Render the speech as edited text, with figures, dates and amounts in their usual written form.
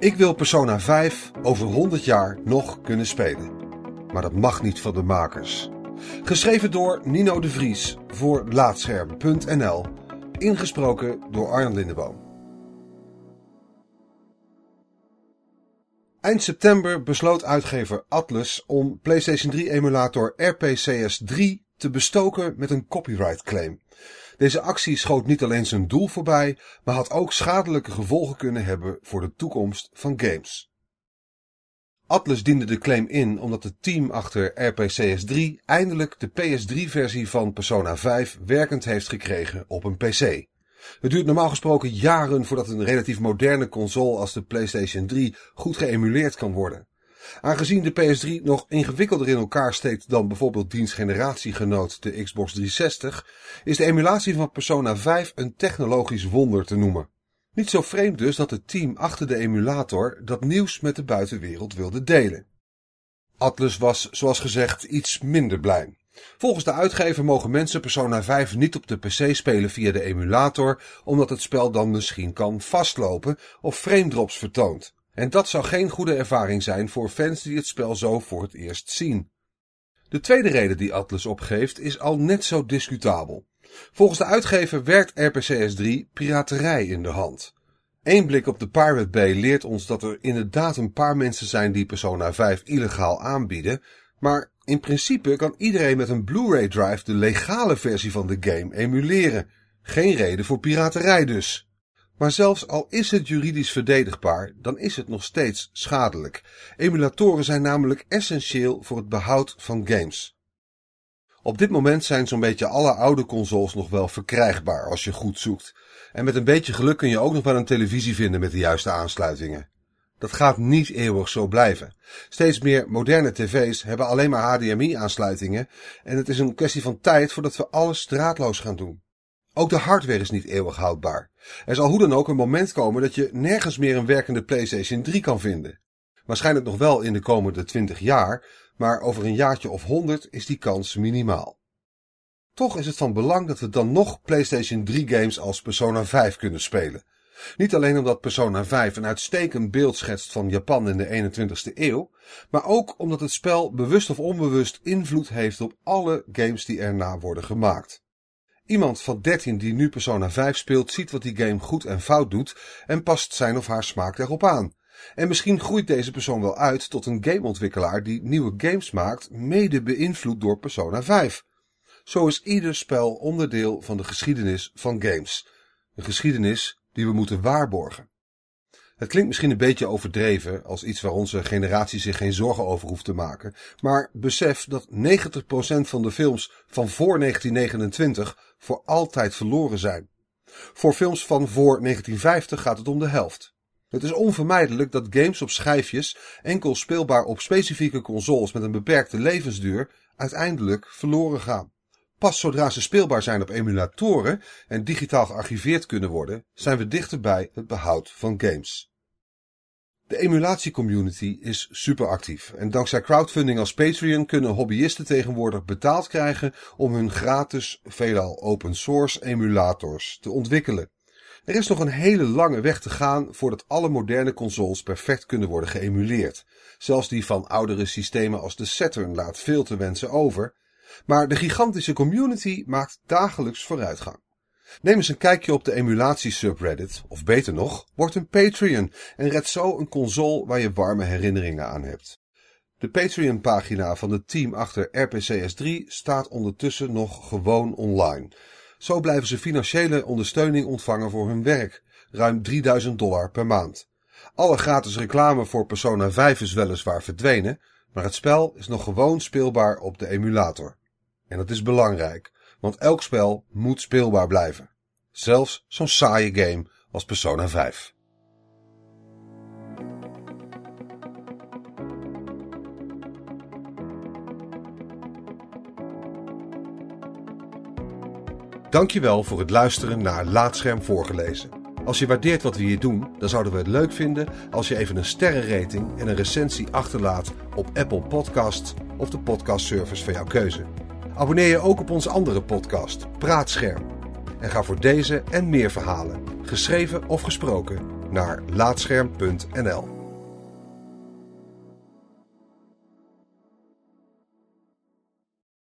Ik wil Persona 5 over 100 jaar nog kunnen spelen. Maar dat mag niet van de makers. Geschreven door Nino de Vries voor Laatscherm.nl. Ingesproken door Arjan Lindeboom. Eind september besloot uitgever Atlus om PlayStation 3 emulator RPCS3 te bestoken met een copyright claim. Deze actie schoot niet alleen zijn doel voorbij, maar had ook schadelijke gevolgen kunnen hebben voor de toekomst van games. Atlus diende de claim in omdat het team achter RPCS3 eindelijk de PS3-versie van Persona 5 werkend heeft gekregen op een PC. Het duurt normaal gesproken jaren voordat een relatief moderne console als de PlayStation 3 goed geëmuleerd kan worden. Aangezien de PS3 nog ingewikkelder in elkaar steekt dan bijvoorbeeld diens generatiegenoot de Xbox 360, is de emulatie van Persona 5 een technologisch wonder te noemen. Niet zo vreemd dus dat het team achter de emulator dat nieuws met de buitenwereld wilde delen. Atlus was, zoals gezegd, iets minder blij. Volgens de uitgever mogen mensen Persona 5 niet op de PC spelen via de emulator, omdat het spel dan misschien kan vastlopen of frame drops vertoont. En dat zou geen goede ervaring zijn voor fans die het spel zo voor het eerst zien. De tweede reden die Atlus opgeeft is al net zo discutabel. Volgens de uitgever werkt RPCS3 piraterij in de hand. Eén blik op de Pirate Bay leert ons dat er inderdaad een paar mensen zijn die Persona 5 illegaal aanbieden, maar in principe kan iedereen met een Blu-ray drive de legale versie van de game emuleren. Geen reden voor piraterij dus. Maar zelfs al is het juridisch verdedigbaar, dan is het nog steeds schadelijk. Emulatoren zijn namelijk essentieel voor het behoud van games. Op dit moment zijn zo'n beetje alle oude consoles nog wel verkrijgbaar als je goed zoekt. En met een beetje geluk kun je ook nog wel een televisie vinden met de juiste aansluitingen. Dat gaat niet eeuwig zo blijven. Steeds meer moderne tv's hebben alleen maar HDMI-aansluitingen en het is een kwestie van tijd voordat we alles draadloos gaan doen. Ook de hardware is niet eeuwig houdbaar. Er zal hoe dan ook een moment komen dat je nergens meer een werkende PlayStation 3 kan vinden. Waarschijnlijk nog wel in de komende 20 jaar, maar over een jaartje of 100 is die kans minimaal. Toch is het van belang dat we dan nog PlayStation 3 games als Persona 5 kunnen spelen. Niet alleen omdat Persona 5 een uitstekend beeld schetst van Japan in de 21ste eeuw, maar ook omdat het spel bewust of onbewust invloed heeft op alle games die erna worden gemaakt. Iemand van 13 die nu Persona 5 speelt ziet wat die game goed en fout doet en past zijn of haar smaak erop aan. En misschien groeit deze persoon wel uit tot een gameontwikkelaar die nieuwe games maakt, mede beïnvloed door Persona 5. Zo is ieder spel onderdeel van de geschiedenis van games. Een geschiedenis die we moeten waarborgen. Het klinkt misschien een beetje overdreven als iets waar onze generatie zich geen zorgen over hoeft te maken, maar besef dat 90% van de films van voor 1929 voor altijd verloren zijn. Voor films van voor 1950 gaat het om de helft. Het is onvermijdelijk dat games op schijfjes, enkel speelbaar op specifieke consoles met een beperkte levensduur, uiteindelijk verloren gaan. Pas zodra ze speelbaar zijn op emulatoren en digitaal gearchiveerd kunnen worden, zijn we dichterbij het behoud van games. De emulatiecommunity is super actief en dankzij crowdfunding als Patreon kunnen hobbyisten tegenwoordig betaald krijgen om hun gratis, veelal open source emulators te ontwikkelen. Er is nog een hele lange weg te gaan voordat alle moderne consoles perfect kunnen worden geëmuleerd. Zelfs die van oudere systemen als de Saturn laat veel te wensen over. Maar de gigantische community maakt dagelijks vooruitgang. Neem eens een kijkje op de emulatie-subreddit, of beter nog, word een Patreon en red zo een console waar je warme herinneringen aan hebt. De Patreon-pagina van het team achter RPCS3 staat ondertussen nog gewoon online. Zo blijven ze financiële ondersteuning ontvangen voor hun werk, ruim $3000 per maand. Alle gratis reclame voor Persona 5 is weliswaar verdwenen, maar het spel is nog gewoon speelbaar op de emulator. En dat is belangrijk, want elk spel moet speelbaar blijven. Zelfs zo'n saaie game als Persona 5. Dankjewel voor het luisteren naar Laatscherm voorgelezen. Als je waardeert wat we hier doen, dan zouden we het leuk vinden als je even een sterrenrating en een recensie achterlaat op Apple Podcasts of de podcastservice van jouw keuze. Abonneer je ook op onze andere podcast, Praatscherm. En ga voor deze en meer verhalen, geschreven of gesproken, naar laatscherm.nl.